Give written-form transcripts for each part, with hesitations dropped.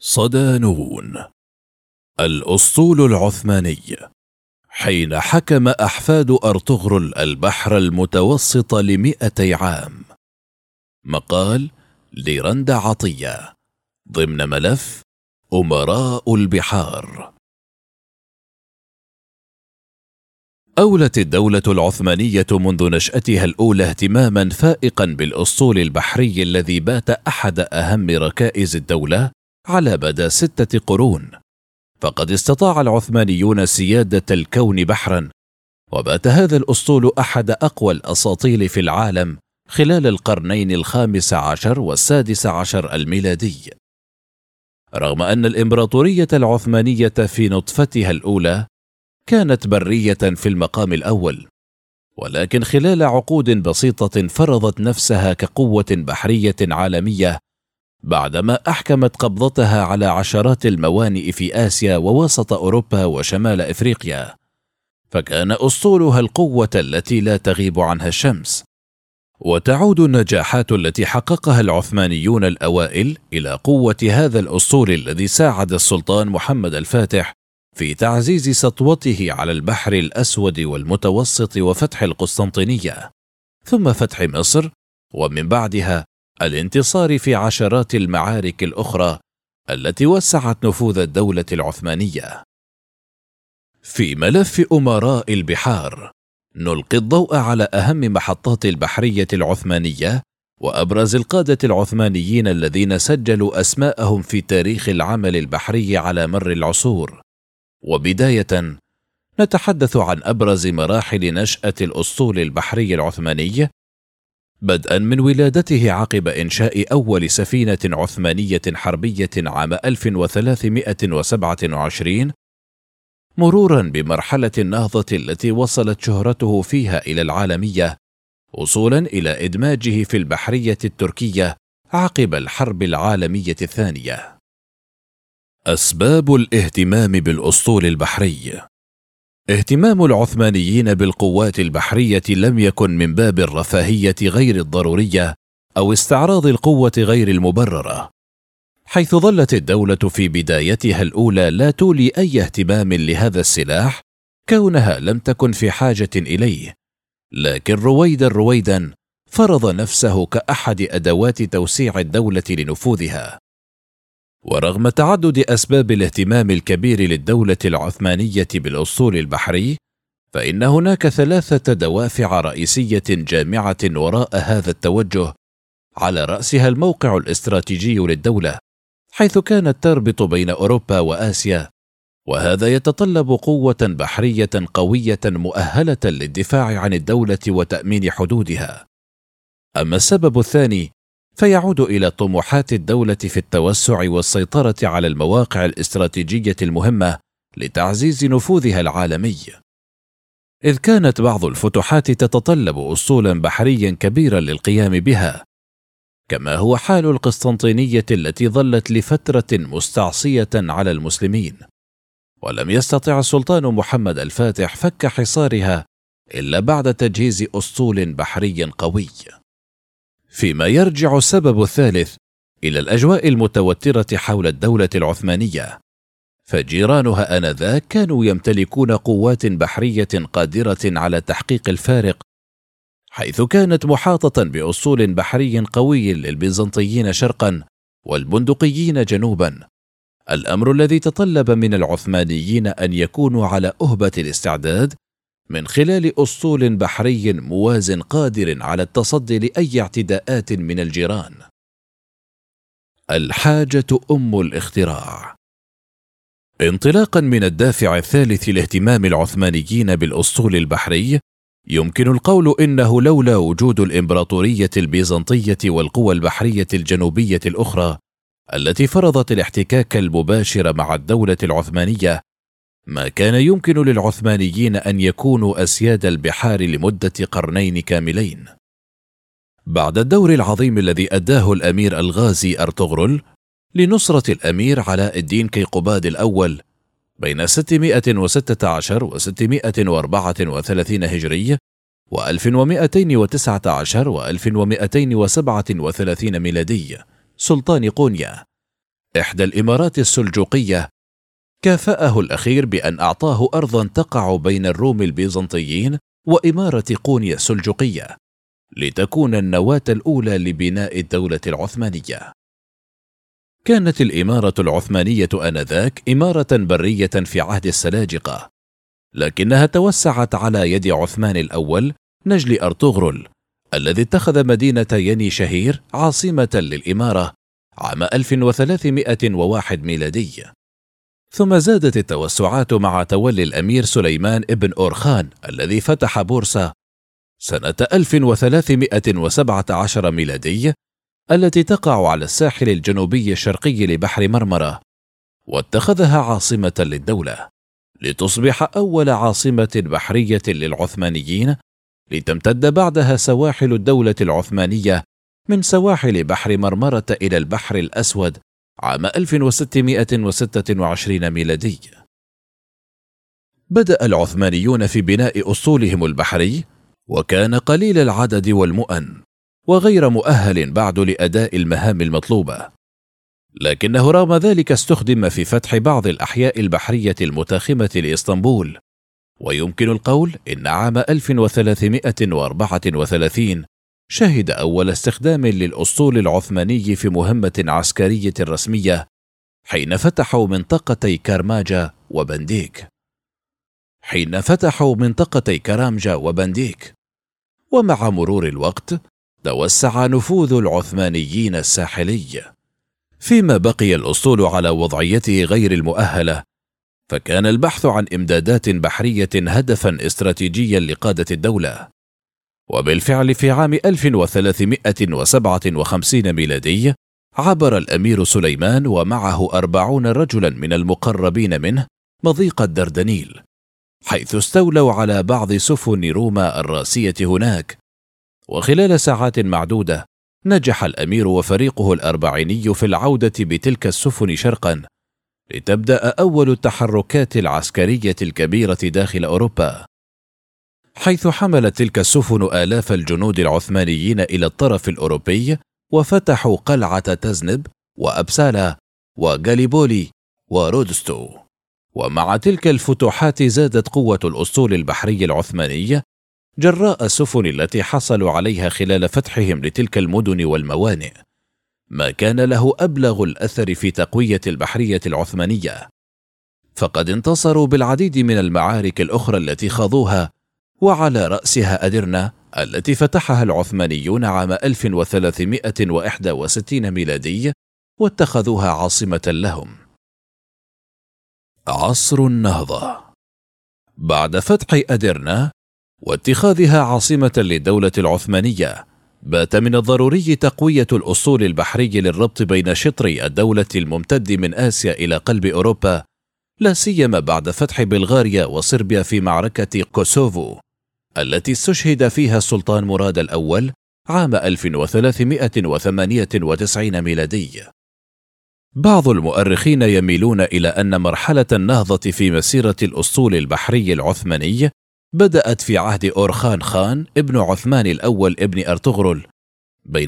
صدانون. الأسطول العثماني. حين حكم أحفاد أرطغرل البحر المتوسط ل200 عام. مقال لرند عطية ضمن ملف أمراء البحار. أولت الدولة العثمانية منذ نشأتها الأولى اهتماما فائقا بالأسطول البحري الذي بات أحد أهم ركائز الدولة على مدى 6 قرون، فقد استطاع العثمانيون سيادة الكون بحرا، وبات هذا الأسطول أحد أقوى الأساطيل في العالم خلال القرنين ال15 وال16 الميلادي. رغم أن الإمبراطورية العثمانية في نطفتها الأولى كانت برية في المقام الأول، ولكن خلال عقود بسيطة فرضت نفسها كقوة بحرية عالمية بعدما أحكمت قبضتها على عشرات الموانئ في آسيا ووسط أوروبا وشمال إفريقيا، فكان أسطولها القوة التي لا تغيب عنها الشمس. وتعود النجاحات التي حققها العثمانيون الأوائل إلى قوة هذا الأسطول الذي ساعد السلطان محمد الفاتح في تعزيز سطوته على البحر الأسود والمتوسط وفتح القسطنطينية، ثم فتح مصر، ومن بعدها الانتصار في عشرات المعارك الأخرى التي وسعت نفوذ الدولة العثمانية. في ملف أمراء البحار نلقي الضوء على أهم محطات البحرية العثمانية وأبرز القادة العثمانيين الذين سجلوا أسماءهم في تاريخ العمل البحري على مر العصور. وبداية نتحدث عن أبرز مراحل نشأة الأسطول البحري العثماني، بدءا من ولادته عقب إنشاء أول سفينة عثمانية حربية عام 1327، مرورا بمرحلة النهضة التي وصلت شهرته فيها إلى العالمية، وصولا إلى إدماجه في البحرية التركية عقب الحرب العالمية الثانية. أسباب الاهتمام بالأسطول البحري. اهتمام العثمانيين بالقوات البحرية لم يكن من باب الرفاهية غير الضرورية أو استعراض القوة غير المبررة، حيث ظلت الدولة في بدايتها الأولى لا تولي أي اهتمام لهذا السلاح كونها لم تكن في حاجة إليه، لكن رويدا فرض نفسه كأحد أدوات توسيع الدولة لنفوذها. ورغم تعدد أسباب الاهتمام الكبير للدولة العثمانية بالأسطول البحري، فإن هناك 3 دوافع رئيسية جامعة وراء هذا التوجه، على رأسها الموقع الاستراتيجي للدولة، حيث كانت تربط بين أوروبا وآسيا، وهذا يتطلب قوة بحرية قوية مؤهلة للدفاع عن الدولة وتأمين حدودها. أما السبب الثاني فيعود إلى طموحات الدولة في التوسع والسيطرة على المواقع الاستراتيجية المهمة لتعزيز نفوذها العالمي، إذ كانت بعض الفتوحات تتطلب أسطولا بحريا كبيرا للقيام بها، كما هو حال القسطنطينية التي ظلت لفترة مستعصية على المسلمين، ولم يستطع السلطان محمد الفاتح فك حصارها إلا بعد تجهيز أسطول بحري قوي. فيما يرجع السبب الثالث إلى الأجواء المتوترة حول الدولة العثمانية، فجيرانها آنذاك كانوا يمتلكون قوات بحرية قادرة على تحقيق الفارق، حيث كانت محاطة بأسطول بحري قوي للبيزنطيين شرقا والبندقيين جنوبا، الأمر الذي تطلب من العثمانيين أن يكونوا على أهبة الاستعداد من خلال أسطول بحري موازن قادر على التصدي لأي اعتداءات من الجيران. الحاجة أم الاختراع. انطلاقا من الدافع الثالث لاهتمام العثمانيين بالأسطول البحري، يمكن القول إنه لولا وجود الإمبراطورية البيزنطية والقوى البحرية الجنوبية الأخرى التي فرضت الاحتكاك المباشر مع الدولة العثمانية، ما كان يمكن للعثمانيين أن يكونوا أسياد البحار لمدة قرنين كاملين. بعد الدور العظيم الذي أداه الأمير الغازي أرطغرل لنصرة الأمير علاء الدين كيقوباد الأول بين 616 و 634 هجري و 1219 و 1237 ميلادي سلطان قونيا، إحدى الإمارات السلجوقية، كافأه الأخير بأن أعطاه أرضا تقع بين الروم البيزنطيين وإمارة قونيا السلجوقية لتكون النواة الأولى لبناء الدولة العثمانية. كانت الإمارة العثمانية آنذاك إمارة برية في عهد السلاجقة، لكنها توسعت على يد عثمان الأول نجل أرطغرل الذي اتخذ مدينة يني شهير عاصمة للإمارة عام 1301 ميلادي. ثم زادت التوسعات مع تولي الأمير سليمان ابن أورخان الذي فتح بورصة سنة 1317 ميلادي التي تقع على الساحل الجنوبي الشرقي لبحر مرمرة، واتخذها عاصمة للدولة لتصبح أول عاصمة بحرية للعثمانيين، لتمتد بعدها سواحل الدولة العثمانية من سواحل بحر مرمرة إلى البحر الأسود عام 1626 ميلادي. بدأ العثمانيون في بناء أسطولهم البحري، وكان قليل العدد والمؤن وغير مؤهل بعد لأداء المهام المطلوبة، لكنه رغم ذلك استخدم في فتح بعض الأحياء البحرية المتاخمة لإسطنبول. ويمكن القول إن عام 1334 شهد أول استخدام للأسطول العثماني في مهمة عسكرية رسمية حين فتحوا منطقتي كرامجة وبنديك. ومع مرور الوقت توسع نفوذ العثمانيين الساحلي. فيما بقي الأسطول على وضعيته غير المؤهلة، فكان البحث عن إمدادات بحرية هدفا استراتيجيا لقادة الدولة. وبالفعل في عام 1357 ميلادي عبر الأمير سليمان ومعه 40 رجلا من المقربين منه مضيق الدردنيل، حيث استولوا على بعض سفن روما الراسية هناك. وخلال ساعات معدودة نجح الأمير وفريقه الأربعيني في العودة بتلك السفن شرقا، لتبدأ أول التحركات العسكرية الكبيرة داخل أوروبا، حيث حملت تلك السفن آلاف الجنود العثمانيين إلى الطرف الأوروبي، وفتحوا قلعة تزنب وأبسالا وغاليبولي ورودستو. ومع تلك الفتوحات زادت قوة الأسطول البحري العثماني جراء السفن التي حصلوا عليها خلال فتحهم لتلك المدن والموانئ، ما كان له أبلغ الأثر في تقوية البحرية العثمانية، فقد انتصروا بالعديد من المعارك الأخرى التي خاضوها، وعلى رأسها أدرنا التي فتحها العثمانيون عام 1361 ميلادي واتخذوها عاصمة لهم. عصر النهضة. بعد فتح أدرنا واتخاذها عاصمة للدولة العثمانية، بات من الضروري تقوية الأسطول البحري للربط بين شطري الدولة الممتد من آسيا إلى قلب أوروبا، لا سيما بعد فتح بلغاريا وصربيا في معركة كوسوفو التي استشهد فيها السلطان مراد الأول عام 1398 ميلادي. بعض المؤرخين يميلون إلى أن مرحلة النهضة في مسيرة الأسطول البحري العثماني بدأت في عهد أورخان خان ابن عثمان الأول ابن أرطغرل بين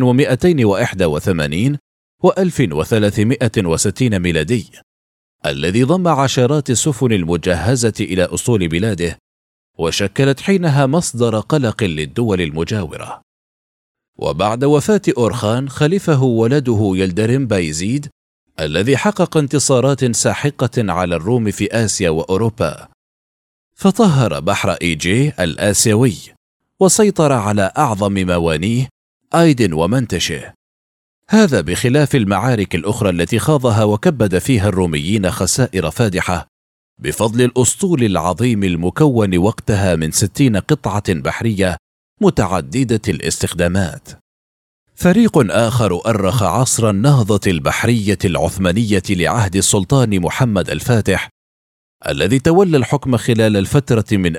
1281 و 1360 ميلادي، الذي ضم عشرات السفن المجهزة إلى أسطول بلاده، وشكلت حينها مصدر قلق للدول المجاورة. وبعد وفاة أورخان خلفه ولده يلدرم بايزيد الذي حقق انتصارات ساحقة على الروم في آسيا وأوروبا، فطهر بحر إيجي الآسيوي وسيطر على أعظم موانيه أيدن ومنتشه، هذا بخلاف المعارك الأخرى التي خاضها وكبد فيها الروميين خسائر فادحة بفضل الأسطول العظيم المكون وقتها من 60 قطعة بحرية متعددة الاستخدامات. فريق آخر أرخ عصر النهضة البحرية العثمانية لعهد السلطان محمد الفاتح الذي تولى الحكم خلال الفترة من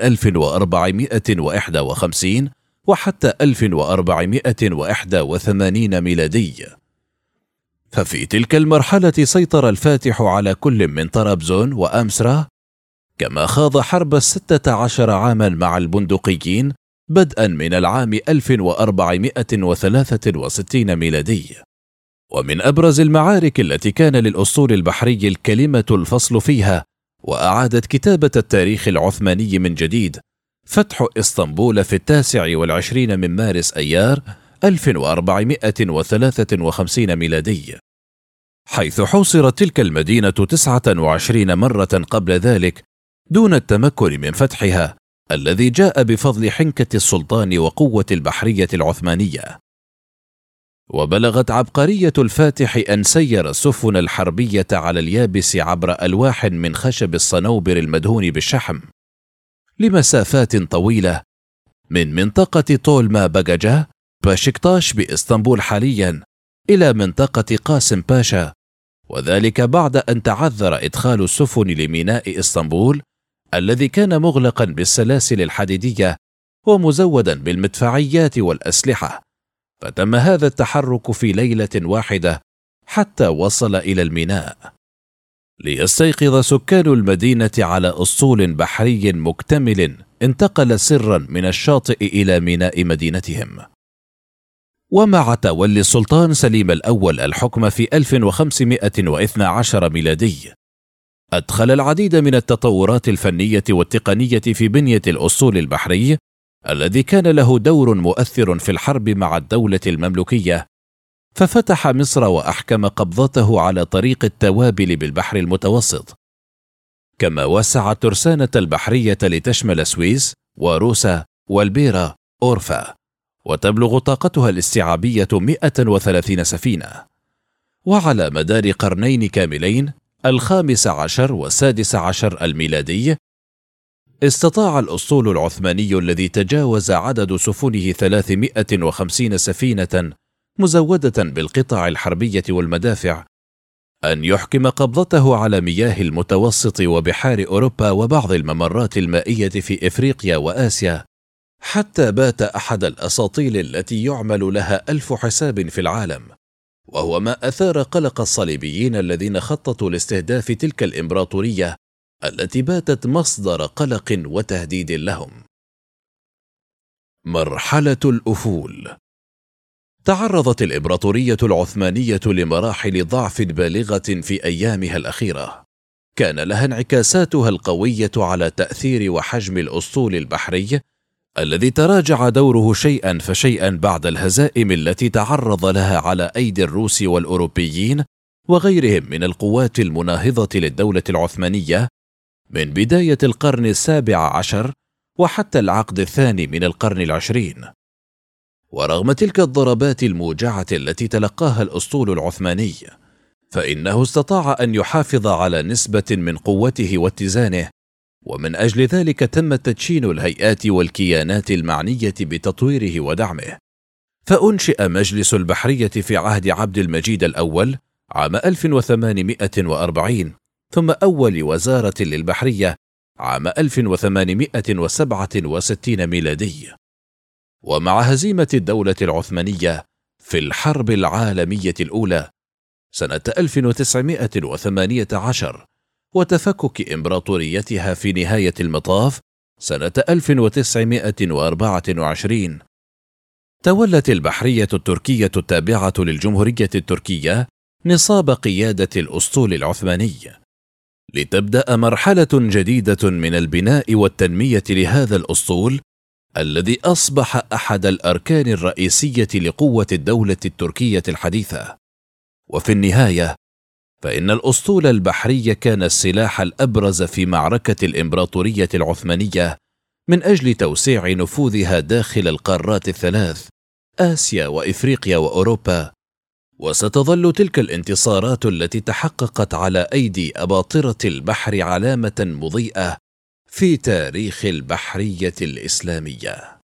1451 وحتى 1481 ميلادي. ففي تلك المرحلة سيطر الفاتح على كل من طرابزون وأمسرا، كما خاض حرب 16 عاما مع البندقيين بدءا من العام 1463 ميلادي. ومن أبرز المعارك التي كان للأسطول البحري الكلمة الفصل فيها وأعادت كتابة التاريخ العثماني من جديد فتح إسطنبول في 29 من مارس أيار 1453 ميلادي، حيث حوصرت تلك المدينة 29 مرة قبل ذلك دون التمكن من فتحها، الذي جاء بفضل حنكة السلطان وقوة البحرية العثمانية. وبلغت عبقرية الفاتح أن سير السفن الحربية على اليابس عبر ألواح من خشب الصنوبر المدهون بالشحم لمسافات طويلة من منطقة طولما بجاجة باشكتاش بإسطنبول حاليا إلى منطقة قاسم باشا، وذلك بعد أن تعذر إدخال السفن لميناء إسطنبول الذي كان مغلقا بالسلاسل الحديدية ومزودا بالمدفعيات والأسلحة، فتم هذا التحرك في ليلة واحدة حتى وصل إلى الميناء، ليستيقظ سكان المدينة على أسطول بحري مكتمل انتقل سرا من الشاطئ إلى ميناء مدينتهم. ومع تولي السلطان سليم الأول الحكم في 1512 ميلادي، أدخل العديد من التطورات الفنية والتقنية في بنية الأسطول البحري الذي كان له دور مؤثر في الحرب مع الدولة المملوكية، ففتح مصر وأحكم قبضته على طريق التوابل بالبحر المتوسط، كما وسع الترسانة البحرية لتشمل سويس وروسا والبيرة أورفا، وتبلغ طاقتها الاستيعابية 130 سفينة. وعلى مدار قرنين كاملين، ال15 وال16 الميلادي، استطاع الأسطول العثماني الذي تجاوز عدد سفنه 350 سفينة مزودة بالقطع الحربية والمدافع أن يحكم قبضته على مياه المتوسط وبحار أوروبا وبعض الممرات المائية في إفريقيا وآسيا، حتى بات أحد الأساطيل التي يعمل لها 1000 حساب في العالم، وهو ما أثار قلق الصليبيين الذين خططوا لاستهداف تلك الإمبراطورية التي باتت مصدر قلق وتهديد لهم. مرحلة الأفول. تعرضت الإمبراطورية العثمانية لمراحل ضعف بالغة في أيامها الأخيرة، كان لها انعكاساتها القوية على تأثير وحجم الأسطول البحري الذي تراجع دوره شيئا فشيئا بعد الهزائم التي تعرض لها على أيدي الروس والأوروبيين وغيرهم من القوات المناهضة للدولة العثمانية من بداية القرن ال17 وحتى العقد الثاني من القرن العشرين. ورغم تلك الضربات الموجعة التي تلقاها الأسطول العثماني، فإنه استطاع أن يحافظ على نسبة من قوته واتزانه، ومن أجل ذلك تم تدشين الهيئات والكيانات المعنية بتطويره ودعمه، فأنشئ مجلس البحرية في عهد عبد المجيد الأول عام 1840، ثم أول وزارة للبحرية عام 1867 ميلادي. ومع هزيمة الدولة العثمانية في الحرب العالمية الأولى سنة 1918 وتفكك إمبراطوريتها في نهاية المطاف سنة 1924، تولت البحرية التركية التابعة للجمهورية التركية نصاب قيادة الأسطول العثماني، لتبدأ مرحلة جديدة من البناء والتنمية لهذا الأسطول الذي أصبح أحد الأركان الرئيسية لقوة الدولة التركية الحديثة. وفي النهاية فإن الأسطول البحري كان السلاح الأبرز في معركة الإمبراطورية العثمانية من أجل توسيع نفوذها داخل القارات الثلاث، آسيا وإفريقيا وأوروبا. وستظل تلك الانتصارات التي تحققت على أيدي أباطرة البحر علامة مضيئة في تاريخ البحرية الإسلامية.